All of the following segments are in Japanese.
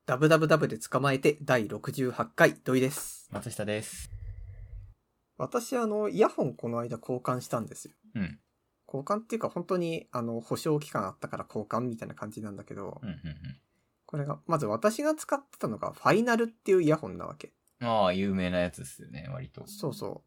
ダブダブダブで捕まえて第68回土井です。 松下です。 私イヤホンこの間交換したんですよ。 うん。 交換っていうか本当に保証期間あったから交換みたいな感じなんだけど、これがまず私が使ってたのがファイナルっていうイヤホンなわけ。 ああ、有名なやつですよね、割と。 そうそう。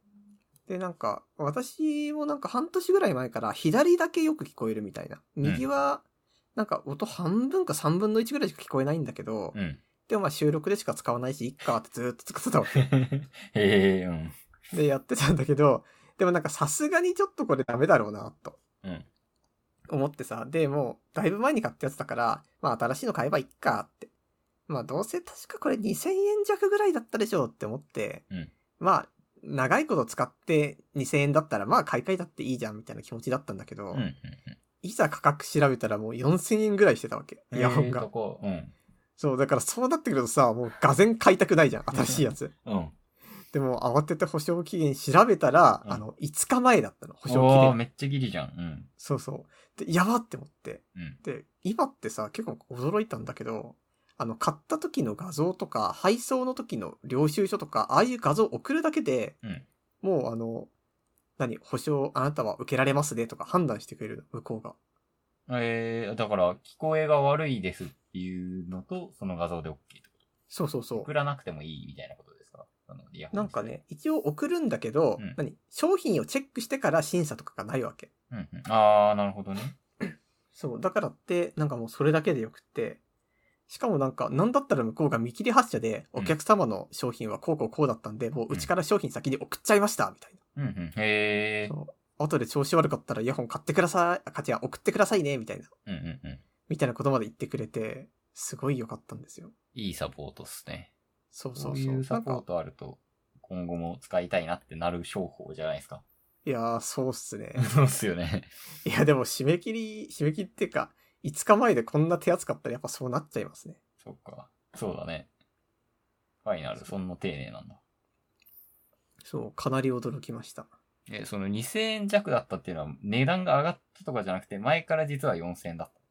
でなんか私もなんか半年ぐらい前から左だけよく聞こえるみたいな。右はなんか音半分か3分の1ぐらいしか聞こえないんだけど、でもまあ収録でしか使わないしいっかってずーっと使ってたわけ。 へえ、 でやってたんだけど、でもなんかさすがにちょっとこれダメだろうなと思ってさ、でもうだいぶ前に買ったやつだから、まあ新しいの買えばいっかって。まあどうせ確かこれ2000円弱ぐらいだったでしょうって思って、まあ長いこと使って2000円だったらまあ買い替えたっていいじゃんみたいな気持ちだったんだけど、いざ価格調べたらもう4000円ぐらいしてたわけ、イヤホンが。そう、だからそうなってくるとさ、もうがぜん買いたくないじゃん、新しいやつ。でも慌てて保証期限調べたら、5日前だったの、保証期限。 めっちゃギリじゃん。 そうそう。で、やばって思って。で、今ってさ、結構驚いたんだけど、買った時の画像とか、配送の時の領収書とか、ああいう画像送るだけで、もう保証あなたは受けられますねとか判断してくれる向こうが。 だから聞こえが悪いですっていうのと、その画像で OK ってこと？ そうそうそう。 送らなくてもいいみたいなことですか？ なんかね、一応送るんだけど、商品をチェックしてから審査とかがないわけ。 ああ、なるほどね。 そう、だからって、なんかもうそれだけでよくって、しかもなんだったら向こうが見切り発車で、お客様の商品はこうだったんで、もううちから商品先に送っちゃいました、みたいな。 へー。 そう。後で調子悪かったらイヤホン買ってください、送ってくださいね、みたいな。みたいなことまで言ってくれて、すごい良かったんですよ。 いいサポートっすね。 そうそうそう。 そういうサポートあると、今後も使いたいなってなる商法じゃないですか。 いやー、そうっすね。 そうっすよね。 いや、でも締め切りっていうか、5日前でこんな手厚かったらやっぱそうなっちゃいますね。 そっか。そうだね。ファイナル、そんな丁寧なんだ。 そう、かなり驚きました。 その2000円弱だったっていうのは値段が上がったとかじゃなくて、前から実は4000円だった。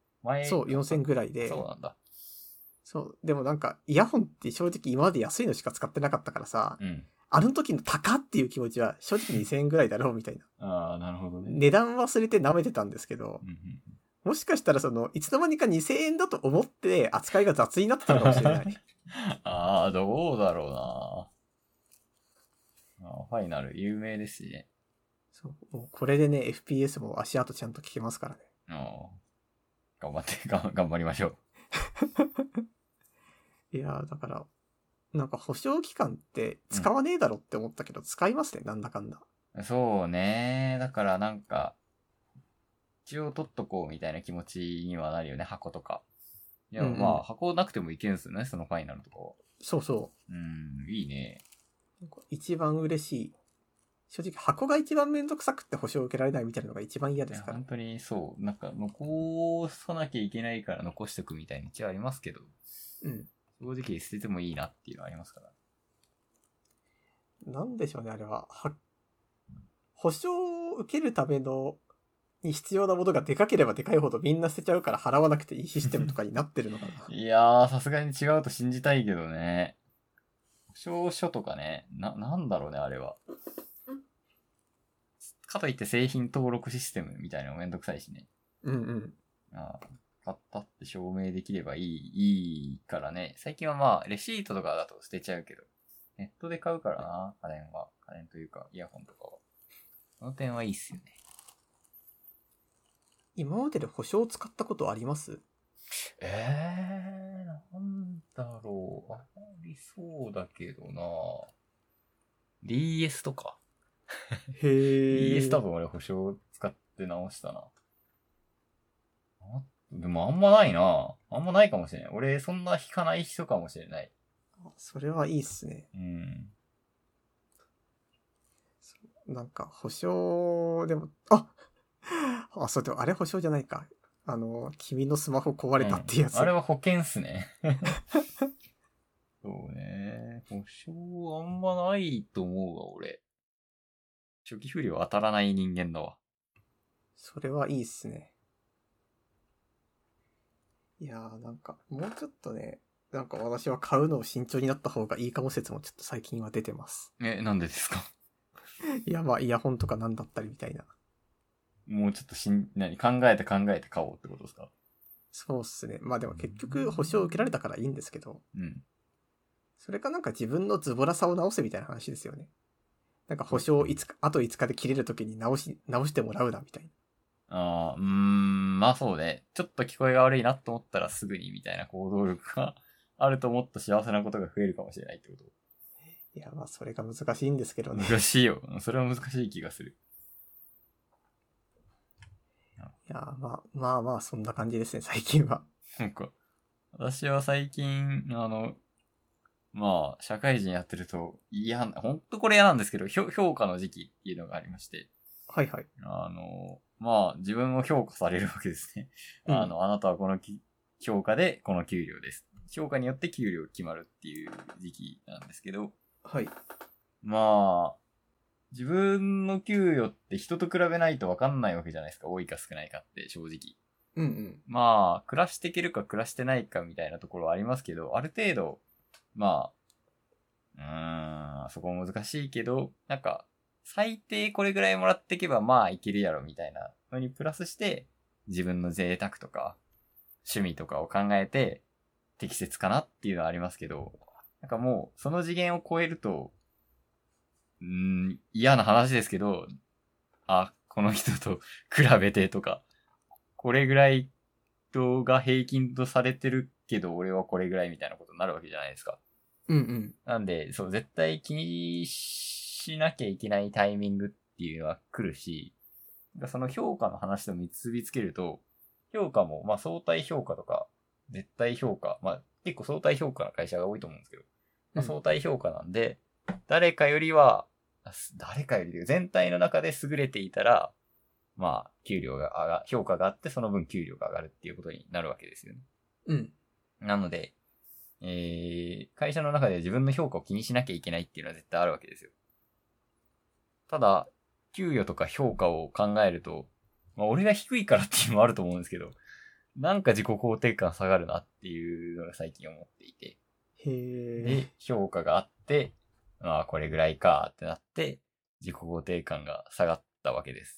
そう、4000円ぐらいで。 そうなんだ。 そう、でもなんか、イヤホンって正直今まで安いのしか使ってなかったからさ、あの時の高っていう気持ちは正直2000円ぐらいだろうみたいな。 ああ、なるほどね。 値段忘れて舐めてたんですけど、もしかしたらいつの間にか2000円だと思って扱いが雑になってたのかもしれない。 ああ、どうだろうな。ファイナル、有名ですしね。 そう、もうこれでね、FPS も足跡ちゃんと聞けますからね。 頑張って、頑張りましょう。 いやだから、なんか保証期間って使わねえだろって思ったけど、使いますね、なんだかんだ。 そうね。だからなんか、一応取っとこうみたいな気持ちにはなるよね、箱とか。いや、まあ、箱なくてもいけんすよね、そのファイナルとかは。 そうそう。 いいね。 一番嬉しい。正直、箱が一番めんどくさくって保証を受けられないみたいなのが一番嫌ですから。 本当にそう。なんか、残さなきゃいけないから残しとくみたいな道はありますけど。正直捨ててもいいなっていうのはありますから。 なんでしょうね、あれは。保証を受けるための、に必要なものがでかければでかいほどみんな捨てちゃうから払わなくていいシステムとかになってるのかな。 いやー、さすがに違うと信じたいけどね。保証書とかね、なんだろうね、あれは。かといって製品登録システムみたいなのめんどくさいしね。買ったって証明できればいいからね。最近はまあ、レシートとかだと捨てちゃうけど、ネットで買うからな、家電というか、イヤホンとかは。その点はいいっすよね。 今までで保証を使ったことあります？ なんだろう。ありそうだけどな。DS とか。DS 多分俺保証使って直したな。でもあんまないな。あんまないかもしれない。俺そんな引かない人かもしれない。 それはいいっすね。なんか保証でも、そうでもあれ保証じゃないか。君のスマホ壊れたっていうやつ。 あれは保険っすね。そうね。保証あんまないと思うわ、俺。初期不良当たらない人間だわ。 それはいいっすね。いやーなんか、もうちょっとね、 なんか私は買うのを慎重になった方がいいかも説もちょっと最近は出てます。 なんでですか？ いや、まあ、イヤホンとかなんだったりみたいな。 もうちょっと考えて買おうってことですか？ そうっすね。まあでも結局保証を受けられたからいいんですけど、 うん。 それかなんか自分のズボラさを直せみたいな話ですよね。なんか保証あと5日で切れるときに直してもらうなみたいな。 まあそうね。ちょっと聞こえが悪いなと思ったらすぐにみたいな行動力があるともっと幸せなことが増えるかもしれないってこと。 いや、まあそれが難しいんですけどね。 難しいよ。それは難しい気がする。 いや、まあそんな感じですね、最近は。 なんか、私は最近、まあ、社会人やってると、ほんとこれ嫌なんですけど、評価の時期っていうのがありまして。 はいはい。 まあ、自分を評価されるわけですね。 うん、 あなたはこの評価でこの給料です。評価によって給料決まるっていう時期なんですけど。 はい。 まあ、自分の給与って人と比べないと分かんないわけじゃないですか。多いか少ないかって正直。 うんうん。 まあ、暮らしていけるか暮らしてないかみたいなところはありますけど、ある程度、まあ、そこも難しいけど、なんか、最低これぐらいもらっていけばまあいけるやろみたいなのにプラスして、自分の贅沢とか、趣味とかを考えて適切かなっていうのはありますけど、なんかもうその次元を超えると、嫌な話ですけど、この人と比べてとか、これぐらい人が平均とされてるけど、俺はこれぐらいみたいなことになるわけじゃないですか。 うんうん。 なんで、そう、絶対気にしなきゃいけないタイミングっていうのは来るし、その評価の話と結びつけると、評価も、まあ相対評価とか、絶対評価、まあ結構相対評価の会社が多いと思うんですけど、まあ、相対評価なんで、誰かより全体の中で優れていたら、まあ、評価があって、その分給料が上がるっていうことになるわけですよね。 うん。 なので、会社の中で自分の評価を気にしなきゃいけないっていうのは絶対あるわけですよ。ただ、給与とか評価を考えると、まあ、俺が低いからっていうのもあると思うんですけど、なんか自己肯定感下がるなっていうのが最近思っていて。で、評価があって、まあ、これぐらいかってなって、自己肯定感が下がったわけです。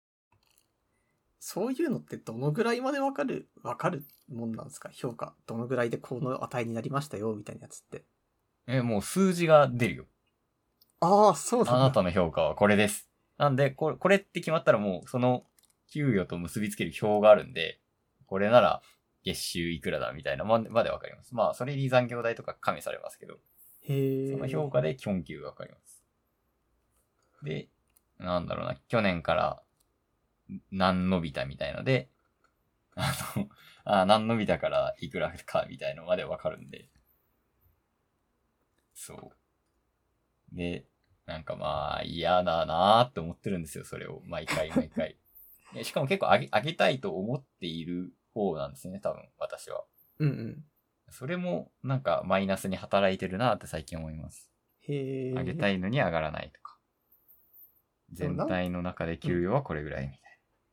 そういうのってどのぐらいまでわかるもんなんですか？評価。どのぐらいでこの値になりましたよ、みたいなやつって。 もう数字が出るよ。 ああ、そうなんだ。 あなたの評価はこれです。なんで、これって決まったらもう、その、給与と結びつける表があるんで、これなら、月収いくらだみたいなまでわかります。まあ、それに残業代とか加味されますけど、その評価で基本給がわかります。で、なんだろうな、去年から何伸びたみたいので、何伸びたからいくらかみたいのまでわかるんで。そう。で、なんかまあ嫌だなーって思ってるんですよ、それを。毎回。しかも結構上げたいと思っている方なんですね、多分、私は。 うんうん。 それもなんかマイナスに働いてるなって最近思います。上げたいのに上がらないとか。全体の中で給与はこれぐらいみたい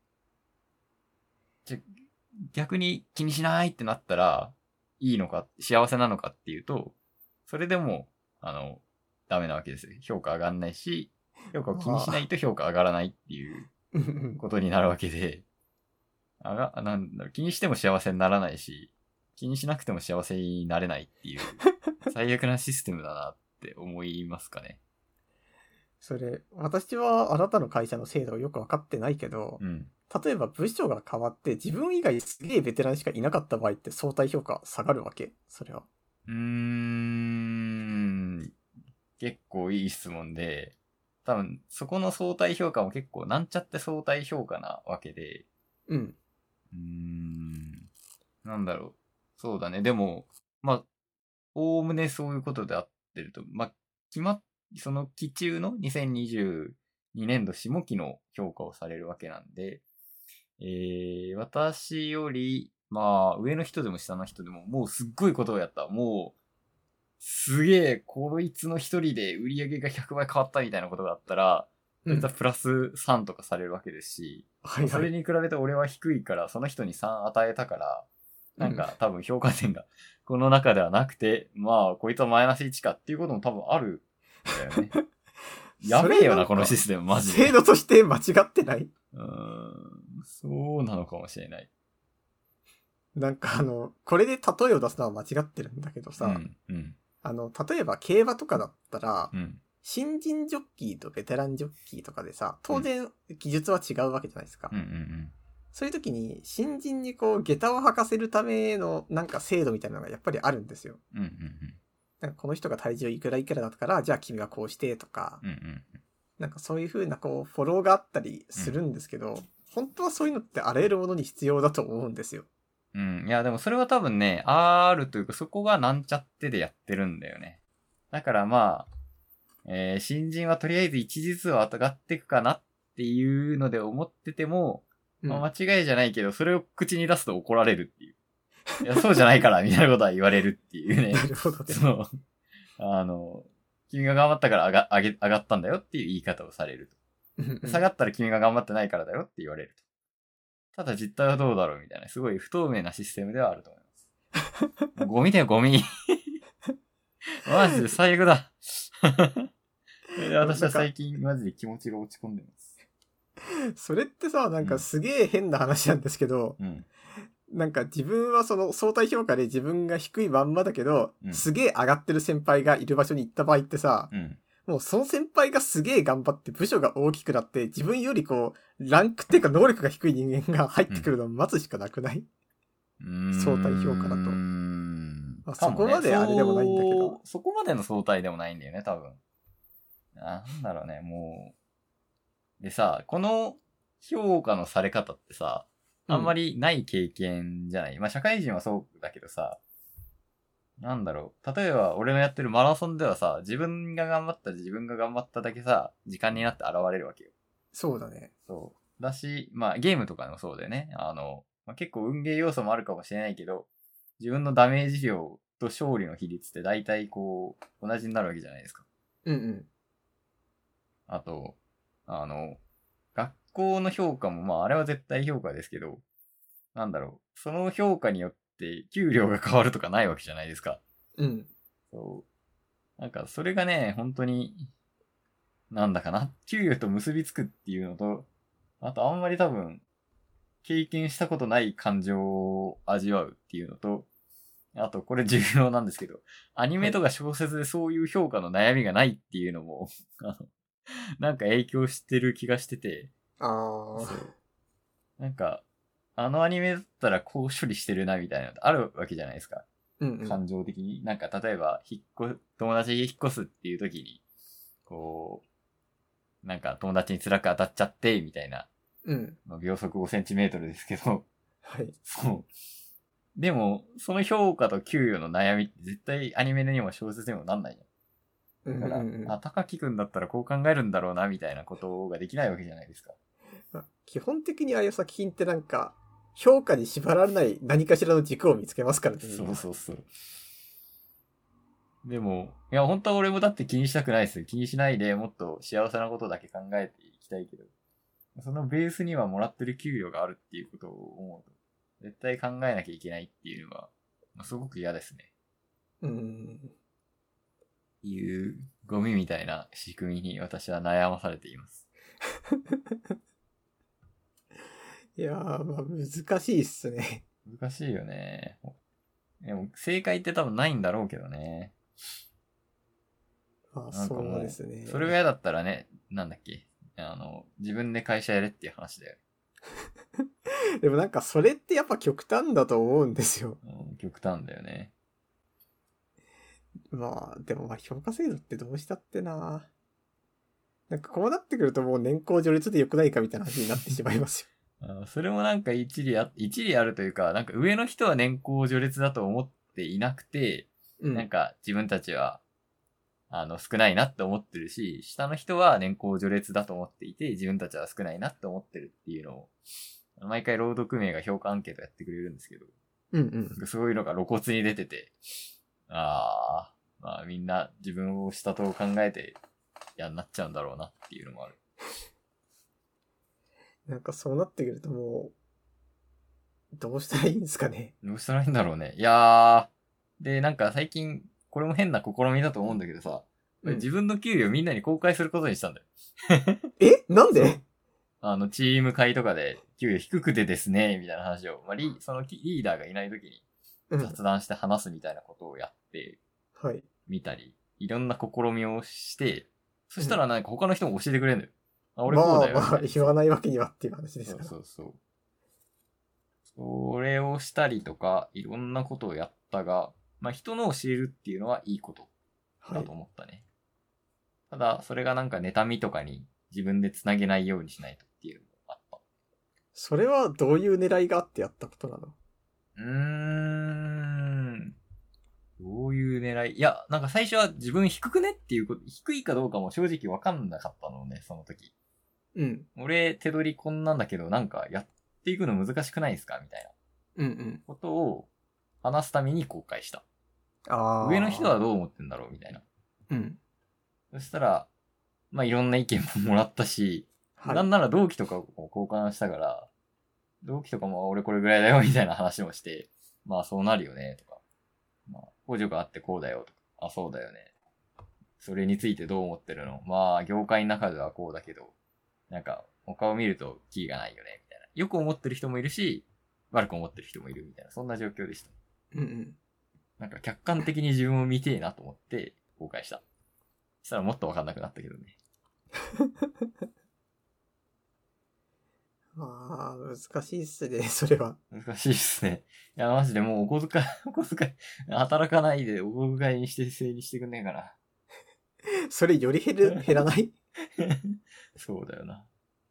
な。逆に気にしないってなったら、いいのか、幸せなのかっていうと、それでも、ダメなわけですよ。評価上がんないし、評価を気にしないと評価上がらないっていうことになるわけで、気にしても幸せにならないし、気にしなくても幸せになれないっていう、最悪なシステムだなって思いますかね。 それ、私はあなたの会社の制度をよくわかってないけど、例えば部署が変わって自分以外すげえベテランしかいなかった場合って相対評価下がるわけ？それは。 結構いい質問で、多分そこの相対評価も結構なんちゃって相対評価なわけで、なんだろう。そうだね。でも、まあ、おおむねそういうことであってると、まあ、その期中の2022年度下期の評価をされるわけなんで、私より、まあ、上の人でも下の人でも、もうすっごいことをやった。もう、すげえ、こいつの一人で売り上げが100倍変わったみたいなことがあったら、そいつはプラス3とかされるわけですし、それに比べて俺は低いから、その人に3与えたから、 なんか多分評価点がこの中ではなくて、まあ、こいつはマイナス1かっていうことも多分あるんだよね。やべえよな、このシステム、マジで。 制度として間違ってない？ そうなのかもしれない。 なんかこれで例えを出すのは間違ってるんだけどさ、例えば競馬とかだったら、新人ジョッキーとベテランジョッキーとかでさ、当然技術は違うわけじゃないですか。そういう時に新人にこう下駄を履かせるためのなんか制度みたいなのがやっぱりあるんですよ。なんかこの人が体重いくらいくらだったから、じゃあ君はこうしてとか、なんかそういう風なこうフォローがあったりするんですけど、本当はそういうのってあらゆるものに必要だと思うんですよ。 いやでもそれは多分ね、あるというかそこがなんちゃってでやってるんだよね。だからまあ、新人はとりあえず一時数は上がっていくかなっていうので思ってても、まあ、間違いじゃないけど、それを口に出すと怒られるっていう。いや、そうじゃないから、みたいなことは言われるっていうね。 なるほどね。 そう。君が頑張ったから上がったんだよっていう言い方をされると。下がったら君が頑張ってないからだよって言われると。ただ実態はどうだろうみたいな、すごい不透明なシステムではあると思います。ゴミだよ、ゴミ。マジで最悪だ。私は最近マジで気持ちが落ち込んでます。 それってさ、なんかすげえ変な話なんですけど、なんか自分はその相対評価で自分が低いまんまだけど、すげえ上がってる先輩がいる場所に行った場合ってさ、もうその先輩がすげえ頑張って部署が大きくなって自分よりこう、ランクっていうか能力が低い人間が入ってくるのを待つしかなくない？相対評価だと。まあ、そこまであれでもないんだけど。 そこまでの相対でもないんだよね、多分。なんだろうね、もう。でさ、この評価のされ方ってさ、あんまりない経験じゃない。まあ、社会人はそうだけどさ、なんだろう。例えば、俺のやってるマラソンではさ、自分が頑張っただけさ、時間になって現れるわけよ。 そうだね。 そう。だし、まあ、ゲームとかでもそうだよね。まあ、結構運ゲー要素もあるかもしれないけど、自分のダメージ量と勝利の比率って大体こう、同じになるわけじゃないですか。あと、学校の評価も、まあ、あれは絶対評価ですけど、なんだろう。その評価によって給料が変わるとかないわけじゃないですか。そう。なんか、それがね、本当に、なんだかな。給与と結びつくっていうのと、あとあんまり多分、経験したことない感情を味わうっていうのと、あとこれ重要なんですけど、アニメとか小説でそういう評価の悩みがないっていうのも、なんか影響してる気がしてて。なんか、あのアニメだったらこう処理してるなみたいなのってあるわけじゃないですか。感情的に。なんか例えば、友達に引っ越すっていう時に、こう、なんか友達に辛く当たっちゃって、みたいな。秒速5センチメートルですけど。そう。でも、その評価と給与の悩みって絶対アニメにも小説にもなんないじゃん。だから、高木くんだったらこう考えるんだろうな、みたいなことができないわけじゃないですか。 基本的にああいう作品ってなんか、評価に縛られない何かしらの軸を見つけますからね。 そう。でも、いや、本当は俺もだって気にしたくないです。気にしないでもっと幸せなことだけ考えていきたいけど、そのベースにはもらってる給料があるっていうことを思うと、絶対考えなきゃいけないっていうのは、すごく嫌ですね。いうゴミみたいな仕組みに私は悩まされています。 いやー、まあ難しいっすね。 難しいよね。でも正解って多分ないんだろうけどね。 あ、そうですね。 それが嫌だったらね、なんだっけ。自分で会社やれっていう話だよ。 でもなんかそれってやっぱ極端だと思うんですよ。 極端だよね。 まあ、でもまあ評価制度ってどうしたってな。なんかこうなってくるともう年功序列で良くないかみたいな話になってしまいますよ。それもなんか一理あるというか、なんか上の人は年功序列だと思っていなくて、なんか自分たちは、少ないなって思ってるし、下の人は年功序列だと思っていて、自分たちは少ないなって思ってるっていうのを、毎回労働組合が評価アンケートやってくれるんですけど、そういうのが露骨に出てて、まあみんな自分を下と考えて嫌になっちゃうんだろうなっていうのもある。 なんかそうなってくるともどうしたらいいんですかね。 どうしたらいいんだろうね。いやー。で、なんか最近、これも変な試みだと思うんだけどさ、自分の給料みんなに公開することにしたんだよ。 なんで？ チーム会とかで、給与低くてですね、みたいな話を、そのリーダーがいない時に雑談して話すみたいなことをやって、 はい。 見たり、いろんな試みをして、そしたらなんか他の人も教えてくれるんだよ。 俺こうだよ。言わないわけにはっていう話ですから。 そう。それをしたりとか、いろんなことをやったが、人の教えるっていうのはいいことだと思ったね。ただ、それがなんか妬みとかに自分で繋げないようにしないとっていうのもあった。 それはどういう狙いがあってやったことなの？ どういう狙い？いや、なんか最初は自分低くねっていうこと、低いかどうかも正直わかんなかったのね、その時。俺、手取りこんなんだけど、なんかやっていくの難しくないですかみたいな。ことを話すために公開した。上の人はどう思ってんだろうみたいな。そしたら、いろんな意見ももらったし、なんなら同期とかも交換したから、同期とかも俺これぐらいだよみたいな話もして、そうなるよねとか、補助があってこうだよとか、そうだよね。それについてどう思ってるの？業界の中ではこうだけど、なんか他を見るとキーがないよねみたいな。よく思ってる人もいるし、悪く思ってる人もいるみたいな、そんな状況でした。なんか客観的に自分を見てえなと思って公開した。そしたらもっとわかんなくなったけどね。 難しいっすね、それは。 難しいっすね。いや、マジでもうお小遣い、働かないでお小遣いにして制にしてくんねえかな。 それより減らない？ そうだよな。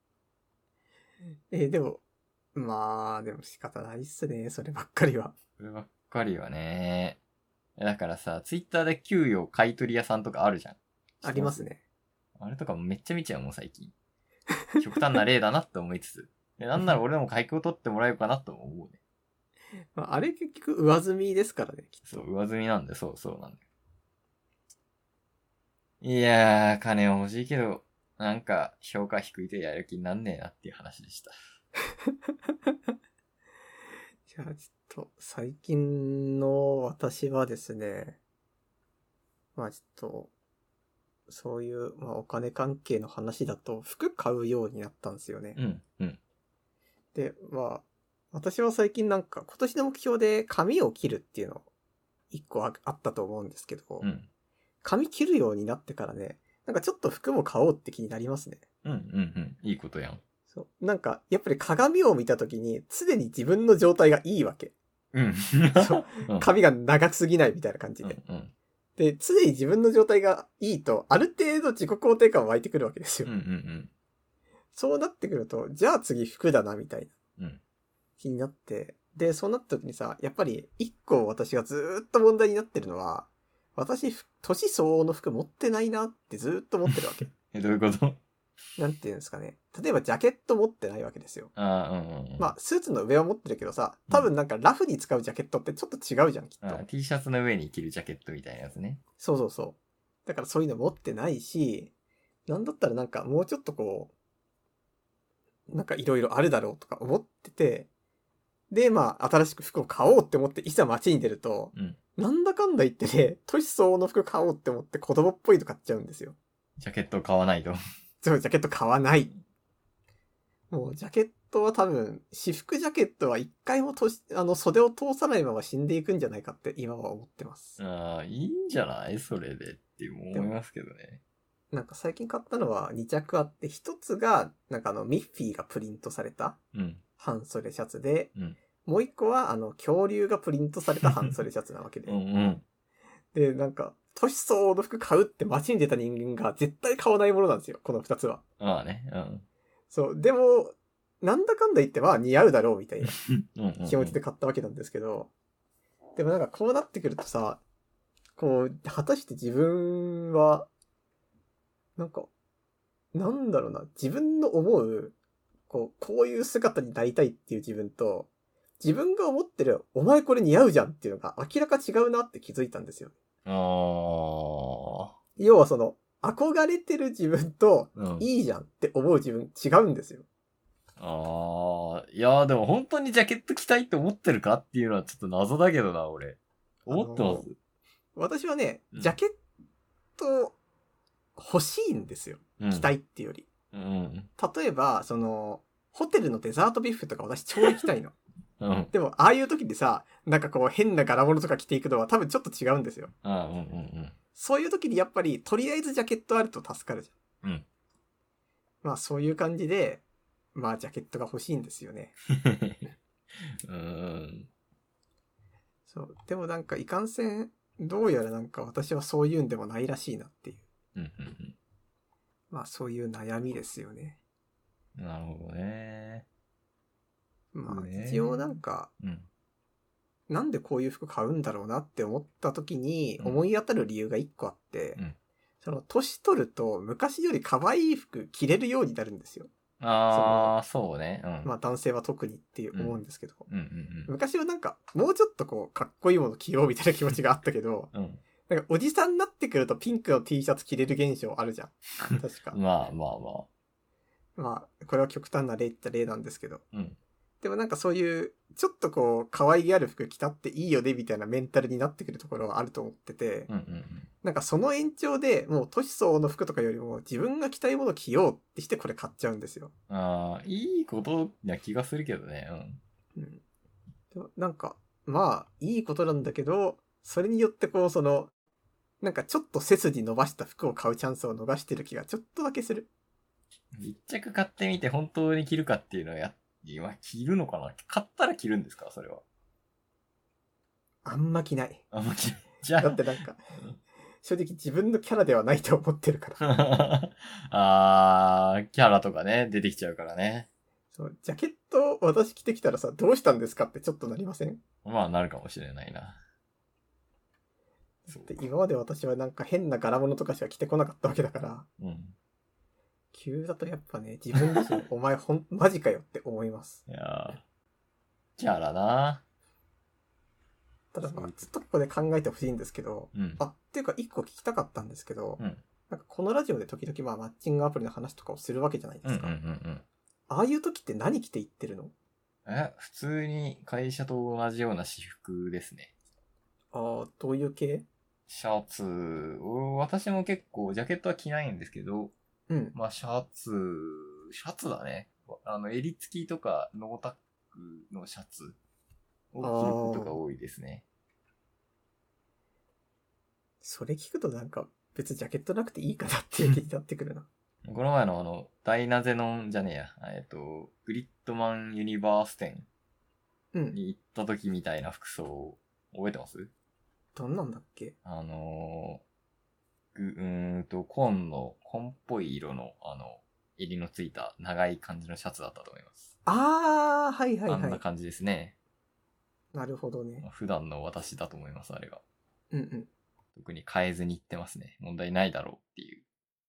でも仕方ないっすね、そればっかりは。 そればっかりはね。だからさ、ツイッターで給与買い取り屋さんとかあるじゃん。 ありますね。 あれとかもめっちゃ見ちゃうもん、最近。極端な例だなって思いつつ。なんなら俺でも買い取ってもらえようかなと思うね。 あれ結局上積みですからね、きっと。 そう、上積みなんで、そうなんだよ。いやー、金は欲しいけど、なんか、評価低いとやる気になんねえなっていう話でした。 じゃあ、ちょっと、最近の私はですね、ちょっと、そういう、お金関係の話だと、服買うようになったんですよね。で、私は最近なんか、今年の目標で髪を切るっていうの、一個あったと思うんですけど、髪切るようになってからね、なんかちょっと服も買おうって気になりますね。 いいことやん。 そう。なんか、やっぱり鏡を見たときに、常に自分の状態がいいわけ。そう。髪が長すぎないみたいな感じで。で、常に自分の状態がいいと、ある程度自己肯定感湧いてくるわけですよ。そうなってくると、じゃあ次服だな、みたいな。気になって。で、そうなった時にさ、やっぱり一個私がずーっと問題になってるのは、私、年相応の服持ってないなってずーっと思ってるわけ。 どういうこと？ なんていうんですかね。例えばジャケット持ってないわけですよ。スーツの上は持ってるけどさ、多分なんかラフに使うジャケットってちょっと違うじゃん、きっと。 T シャツの上に着るジャケットみたいなやつね。 そう。だからそういうの持ってないし、なんだったらなんかもうちょっとこう、なんかいろいろあるだろうとか思ってて、で、新しく服を買おうって思っていざ街に出ると、なんだかんだ言ってね、年相応の服買おうって思って子供っぽいの買っちゃうんですよ。 ジャケットを買わないと。 そう、ジャケット買わない。もう、ジャケットは多分、私服ジャケットは一回も袖を通さないまま死んでいくんじゃないかって今は思ってます。 いいんじゃないそれでって思いますけどね。 なんか最近買ったのは2着あって、1つが、なんかミッフィーがプリントされた半袖シャツで、もう1個は恐竜がプリントされた半袖シャツなわけで。で、なんか、年相応の服買うって街に出た人間が絶対買わないものなんですよ、この2つは。そう。でも、なんだかんだ言って似合うだろうみたいな気持ちで買ったわけなんですけど、でもなんかこうなってくるとさ、こう、果たして自分は、なんか、なんだろうな、自分の思う、こういう姿になりたいっていう自分と、自分が思ってる、お前これ似合うじゃんっていうのが明らか違うなって気づいたんですよ。要はその、憧れてる自分と、いいじゃんって思う自分違うんですよ。 いやーでも本当にジャケット着たいって思ってるかっていうのはちょっと謎だけどな、俺。思ってます。 私はね、ジャケット欲しいんですよ。着たいっていうより。例えば、ホテルのデザートビュッフェとか私超行きたいの。でも、ああいう時にさ、なんかこう変な柄物とか着ていくのは多分ちょっと違うんですよ。そういう時にやっぱり、とりあえずジャケットあると助かるじゃん。まあそういう感じで、まあジャケットが欲しいんですよね。そう。でもなんかいかんせん、どうやらなんか私はそういうんでもないらしいなっていう。まあそういう悩みですよね。 なるほどね。 まあ一応なんか、なんでこういう服買うんだろうなって思った時に思い当たる理由が一個あって、年取ると昔より可愛い服着れるようになるんですよ。 そうね。 まあ男性は特にって思うんですけど。昔はなんか、もうちょっとこう、かっこいいもの着ようみたいな気持ちがあったけど、なんかおじさんになってくるとピンクの T シャツ着れる現象あるじゃん。確か。まあ、これは極端な例っちゃ例なんですけど。でもなんかそういう、ちょっとこう、可愛げある服着たっていいよねみたいなメンタルになってくるところはあると思ってて、なんかその延長でもう年相応の服とかよりも自分が着たいものを着ようってしてこれ買っちゃうんですよ。 いいことな気がするけどね。 でもなんか、まあ、いいことなんだけど、それによってこうなんかちょっと背筋伸ばした服を買うチャンスを逃してる気がちょっとだけする。 一着買ってみて本当に着るかっていうのは今着るのかな？買ったら着るんですかそれは。 あんま着ない。 あんま着ない。じゃあ。 だってなんか、正直自分のキャラではないと思ってるから。 キャラとかね、出てきちゃうからね。 そう、ジャケット私着てきたらさ、どうしたんですかってちょっとなりません？ まあなるかもしれないな。 で今まで私はなんか変な柄物とかしか着てこなかったわけだから。急だとやっぱね、自分自身、お前マジかよって思います。 いやー、キャラな。 ただまあ、ずっとここで考えてほしいんですけど、っていうか一個聞きたかったんですけど、なんかこのラジオで時々まあマッチングアプリの話とかをするわけじゃないですか。ああいう時って何着ていってるの？ 普通に会社と同じような私服ですね。 どういう系？ シャツ、私も結構ジャケットは着ないんですけど、まあシャツだね。襟付きとかノータックのシャツを着ることが多いですね。 それ聞くとなんか別にジャケットなくていいかなっていう気になってくるな。 この前のダイナゼノンじゃねえや、グリッドマンユニバース展に行った時みたいな服装、覚えてます？ どんなんだっけ？ 紺っぽい色の、襟のついた長い感じのシャツだったと思います。 はいはいはい。 あんな感じですね。 なるほどね。 普段の私だと思います、あれが。 うんうん。 特に変えずに行ってますね。問題ないだろうっていう。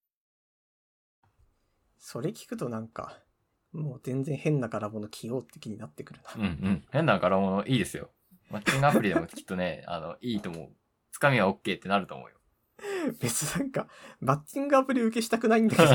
それ聞くとなんか、もう全然変な柄物着ようって気になってくるな。 うんうん。変な柄物いいですよ。マッチングアプリでもきっとね、いいと思う。つかみは OK ってなると思うよ。 別になんか、マッチングアプリ受けしたくないんだけど。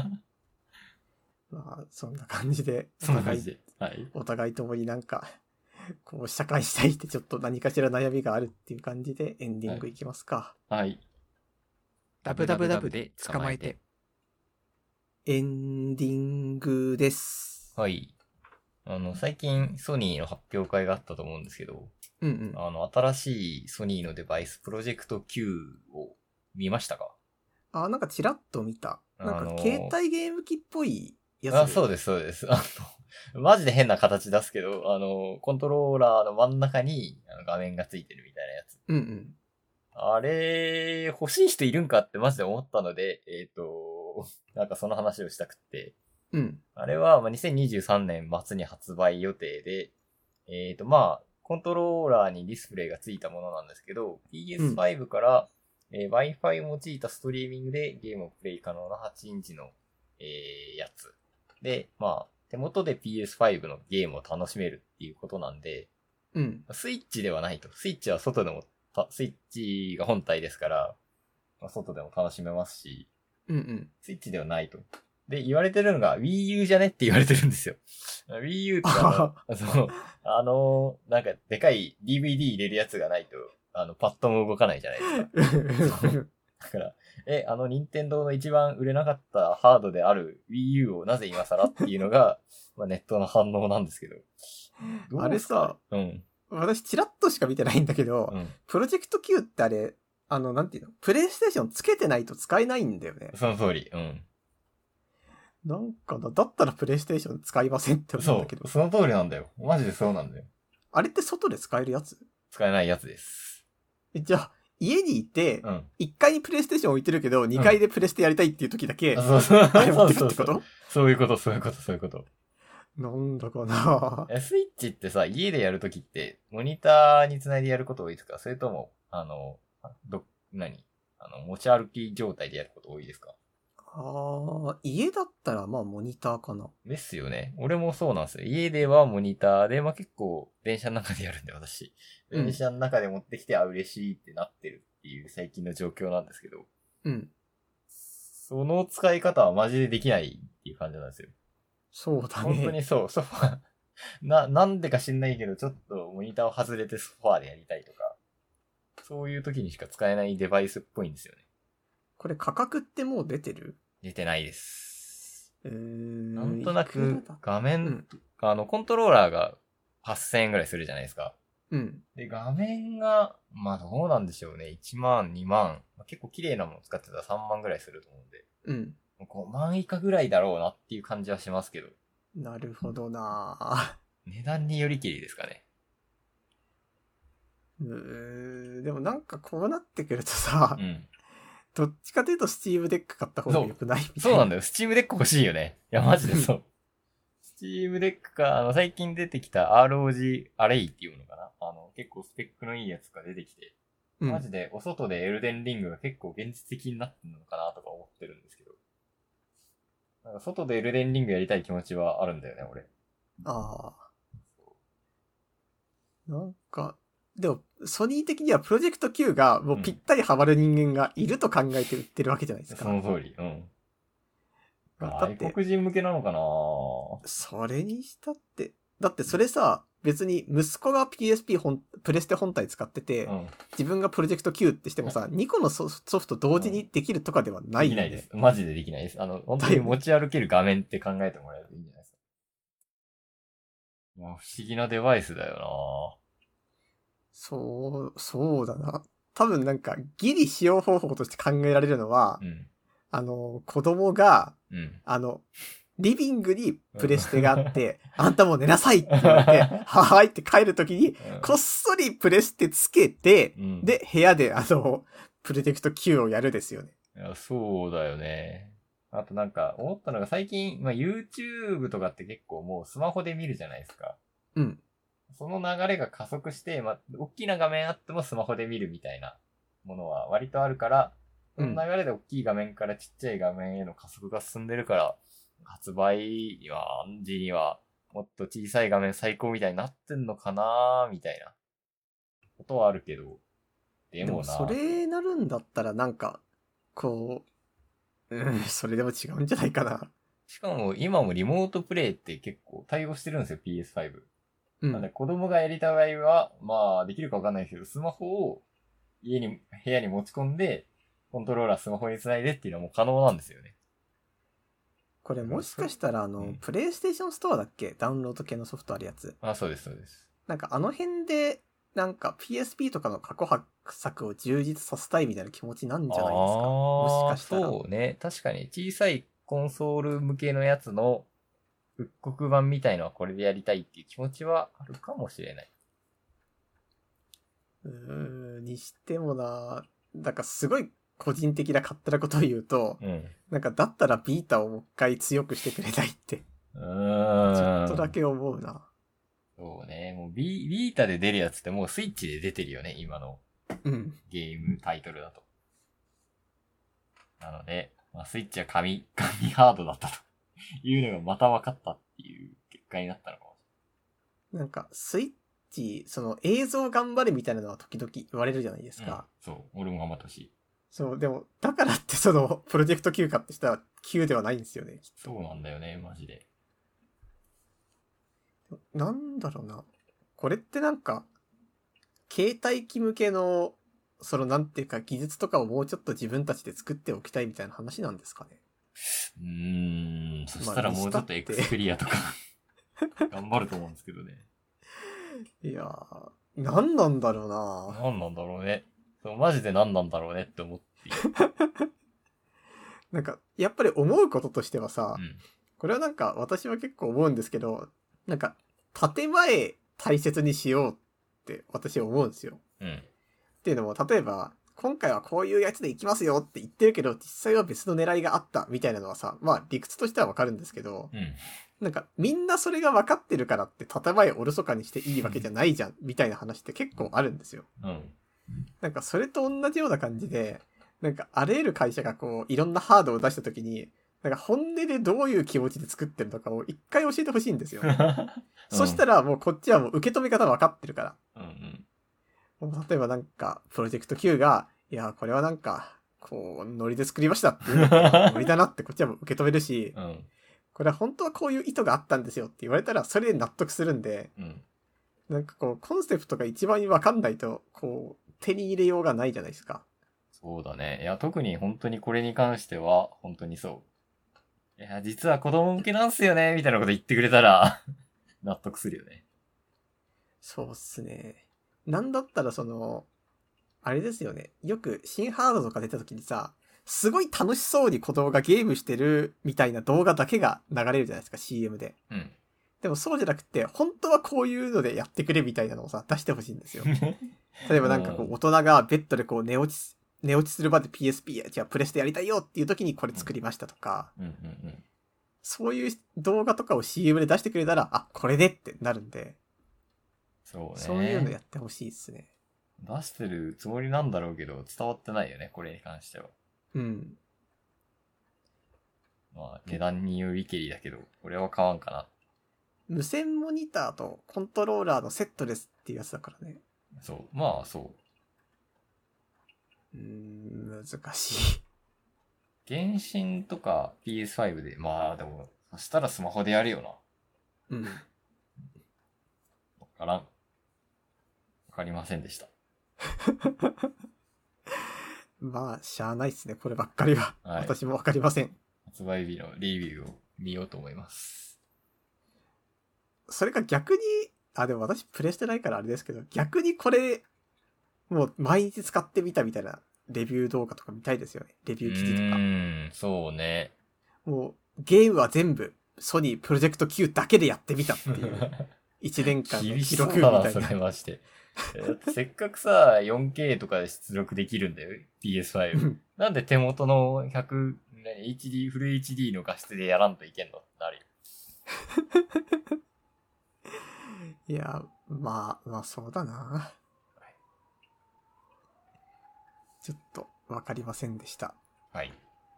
まあ、そんな感じで、お互いともになんか、こう、社会したいってちょっと何かしら悩みがあるっていう感じでエンディングいきますか。 はい。 ダブダブダブで捕まえて。 エンディングです。 はい。最近ソニーの発表会があったと思うんですけど、新しいソニーのデバイス、プロジェクト Q を見ましたか？ なんかチラッと見た。なんか携帯ゲーム機っぽいやつ。 そうです、そうです。マジで変な形出すけど、コントローラーの真ん中に画面がついてるみたいなやつ。あれ、欲しい人いるんかってマジで思ったので、なんかその話をしたくって。あれは、2023年末に発売予定で、コントローラーにディスプレイがついたものなんですけど、PS5 から、Wi-Fi を用いたストリーミングでゲームをプレイ可能な8インチの、やつ。で、手元で PS5 のゲームを楽しめるっていうことなんで、スイッチではないと。スイッチは外でも、スイッチが本体ですから、外でも楽しめますし、スイッチではないと。 で、言われてるのが Wii U じゃねって言われてるんですよ。Wii U ってなんかでかい DVD 入れるやつがないと、パッドも動かないじゃないですか。だから、任天堂の一番売れなかったハードである Wii U をなぜ今更っていうのが、まあ、ネットの反応なんですけど。 あれさ、私チラッとしか見てないんだけど、プロジェクト Q ってあれ、なんていうの？プレイステーションつけてないと使えないんだよね。 その通り。 なんかだったらプレイステーション使いませんって思うんだけど。 その通りなんだよ。マジでそうなんだよ。 あれって外で使えるやつ？ 使えないやつです。 じゃあ、家にいて、1階にプレイステーション置いてるけど、2階でプレステやりたいっていう時だけ、あれ持ってくってこと？ そういうこと。 なんだかなスイッチってさ、家でやるときって、モニターにつないでやること多いですか？それとも、持ち歩き状態でやること多いですか？ 家だったらまあモニターかな。 ですよね。俺もそうなんですよ。家ではモニターで、まあ結構電車の中でやるんで私。電車の中で持ってきて、嬉しいってなってるっていう最近の状況なんですけど。その使い方はマジでできないっていう感じなんですよ。 そうだね。 本当にそう。ソファー、なんでか知んないけど、ちょっとモニターを外れてソファーでやりたいとか、そういう時にしか使えないデバイスっぽいんですよね。 これ価格ってもう出てる？ 出てないです。なんとなく画面、コントローラーが8000円ぐらいするじゃないですか。で、画面が、まあどうなんでしょうね。1万、2万。結構綺麗なもの使ってたら3万ぐらいすると思うんで。5万以下ぐらいだろうなっていう感じはしますけど。 なるほどな値段によりきりですかね。 でもなんかこうなってくるとさ、どっちかというとスチームデック買った方が良くないみたいな。 そうなんだよ。スチームデック欲しいよね。いや、マジでそう。スチームデックか、最近出てきた ROG アレイっていうのかな。結構スペックのいいやつが出てきて、マジでお外でエルデンリングが結構現実的になってるのかなとか思ってるんですけど。なんか外でエルデンリングやりたい気持ちはあるんだよね、俺。 なんか、でも、ソニー的にはプロジェクト Q がもうぴったりハマる人間がいると考えて売ってるわけじゃないですか。 その通り。外国人向けなのかな？ それにしたって。だってそれさ、別に息子が PSP プレステ本体使ってて、自分がプロジェクト Q ってしてもさ、2個のソフト同時にできるとかではないよね。 できないです。マジでできないです。本当に持ち歩ける画面って考えてもらえるといいんじゃないですか。いや、不思議なデバイスだよな。 そうだな。多分なんか、ギリ使用方法として考えられるのは、子供が、リビングにプレステがあって、あんたもう寝なさいって言われて、はーいって帰るときに、こっそりプレステつけて、で、部屋でプロジェクト Q をやるですよね。 いや、そうだよね。あとなんか、思ったのが最近、YouTube とかって結構もうスマホで見るじゃないですか。その流れが加速して、大きな画面あってもスマホで見るみたいなものは割とあるから、その流れで大きい画面からちっちゃい画面への加速が進んでるから、発売時にはもっと小さい画面最高みたいになってんのかなみたいなことはあるけど、でもそれなるんだったらなんか、それでも違うんじゃないかな。 しかも今もリモートプレイって結構対応してるんですよ、PS5。なんで子供がやりたい場合は、できるかわかんないけど、スマホを部屋に持ち込んで、コントローラースマホにつないでっていうのはもう可能なんですよね。 これもしかしたらプレイステーションストアだっけ？ダウンロード系のソフトあるやつ。 そうです、そうです。 なんか辺で、なんか PSP とかの過去作を充実させたいみたいな気持ちなんじゃないですか？もしかしたら。 そうね。確かに小さいコンソール向けのやつの復刻版みたいのはこれでやりたいっていう気持ちはあるかもしれない。 にしてもな、だからすごい個人的な勝手なことを言うと、なんかだったらビータをもう一回強くしてくれないって。ちょっとだけ思うな。 そうね。もうビータで出るやつってもうスイッチで出てるよね、今のゲームタイトルだと。なので、スイッチは神ハードだったというのがまた分かったっていう結果になったのかもしれない。なんかスイッチ、その映像頑張れみたいなのは時々言われるじゃないですか。 そう、俺も頑張ってほしい。 そう、でも、だからってその、プロジェクト Q かってしたら Q ではないんですよね。 そうなんだよね、マジで。 なんだろうな。これってなんか、携帯機向けの、そのなんていうか技術とかをもうちょっと自分たちで作っておきたいみたいな話なんですかね。 そしたらもうちょっとエクスペリアとか頑張ると思うんですけどね。 いやー、何なんだろうな。 何なんだろうね。マジで何なんだろうねって思っている。 なんか、やっぱり思うこととしてはさ、 うん、 これはなんか私は結構思うんですけど、なんか、建前大切にしようって私は思うんですよ。 うん。 っていうのも、例えば、今回はこういうやつで行きますよって言ってるけど、実際は別の狙いがあったみたいなのはさ、まあ理屈としてはわかるんですけど、 うん。 なんかみんなそれが分かってるからって建前をおろそかにしていいわけじゃないじゃんみたいな話って結構あるんですよ。 うん。 なんかそれと同じような感じで、なんかあらゆる会社がこういろんなハードを出した時に、なんか本音でどういう気持ちで作ってるのかを一回教えてほしいんですよ。そしたらもうこっちはもう受け止め方分かってるから。 うん例えばなんか、プロジェクト Q が、いや、これはなんか、こう、ノリで作りましたっていうのがノリだなってこっちはもう受け止めるし、 うん。 これは本当はこういう意図があったんですよって言われたら、それで納得するんで、 うん。 なんかこう、コンセプトが一番わかんないと、こう、手に入れようがないじゃないですか。 そうだね。いや、特に本当にこれに関しては、本当にそう。いや、実は子供向けなんすよね、みたいなこと言ってくれたら、納得するよね。 そうっすね。なんだったらその、あれですよね。よく新ハードとか出た時にさ、すごい楽しそうに子供がゲームしてるみたいな動画だけが流れるじゃないですか、CM で。 うん。 でもそうじゃなくて、本当はこういうのでやってくれみたいなのをさ、出してほしいんですよ。例えばなんかこう、大人がベッドでこう寝落ちする場で PSP じゃあプレステやりたいよっていう時にこれ作りましたとか、そういう動画とかを CM で出してくれたら、あ、これでってなるんで、 そうね。 そういうのやってほしいですね。 出してるつもりなんだろうけど、伝わってないよね、これに関しては。 うん。 まあ、値段によりけりだけど、これは買わんかな。 無線モニターとコントローラーのセットですっていうやつだからね。 そう。まあ、そう。 難しい。 原神とか PS5 で、まあでも、そしたらスマホでやるよな。 うん。 わからん。わかりませんでした。 まあ、しゃあないっすね、こればっかりは。はい、私もわかりません。 発売日のレビューを見ようと思います。 それか逆に、でも私プレステないからあれですけど、逆にこれ、もう毎日使ってみたみたいなレビュー動画とか見たいですよね。レビュー記事とか。 そうね。 もう、ゲームは全部、ソニープロジェクト Q だけでやってみたっていう。1年間の記録みたいな。 それまして。せっかくさ、4K とかで出力できるんだよ、PS5。なんで手元のHD、フル HD の画質でやらんといけんのってなるよ。 いや、まあそうだな。ちょっとわかりませんでした。 はい。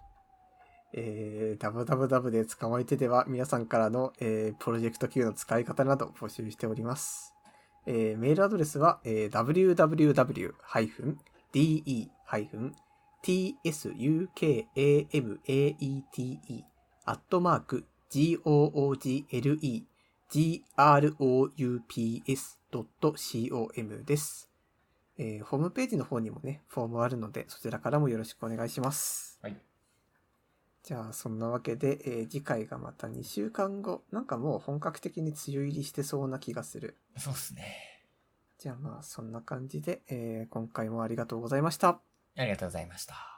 ダブダブダブで捕まえてでは皆さんからの、プロジェクト Q の使い方など募集しております。メールアドレスは、www-tsukamate@google-groups.com です。ホームページの方にもね、フォームあるので、そちらからもよろしくお願いします。 はい。 じゃあ、そんなわけで、次回がまた2週間後。なんかもう本格的に梅雨入りしてそうな気がする。 そうっすね。 じゃあまあ、そんな感じで、今回もありがとうございました。 ありがとうございました。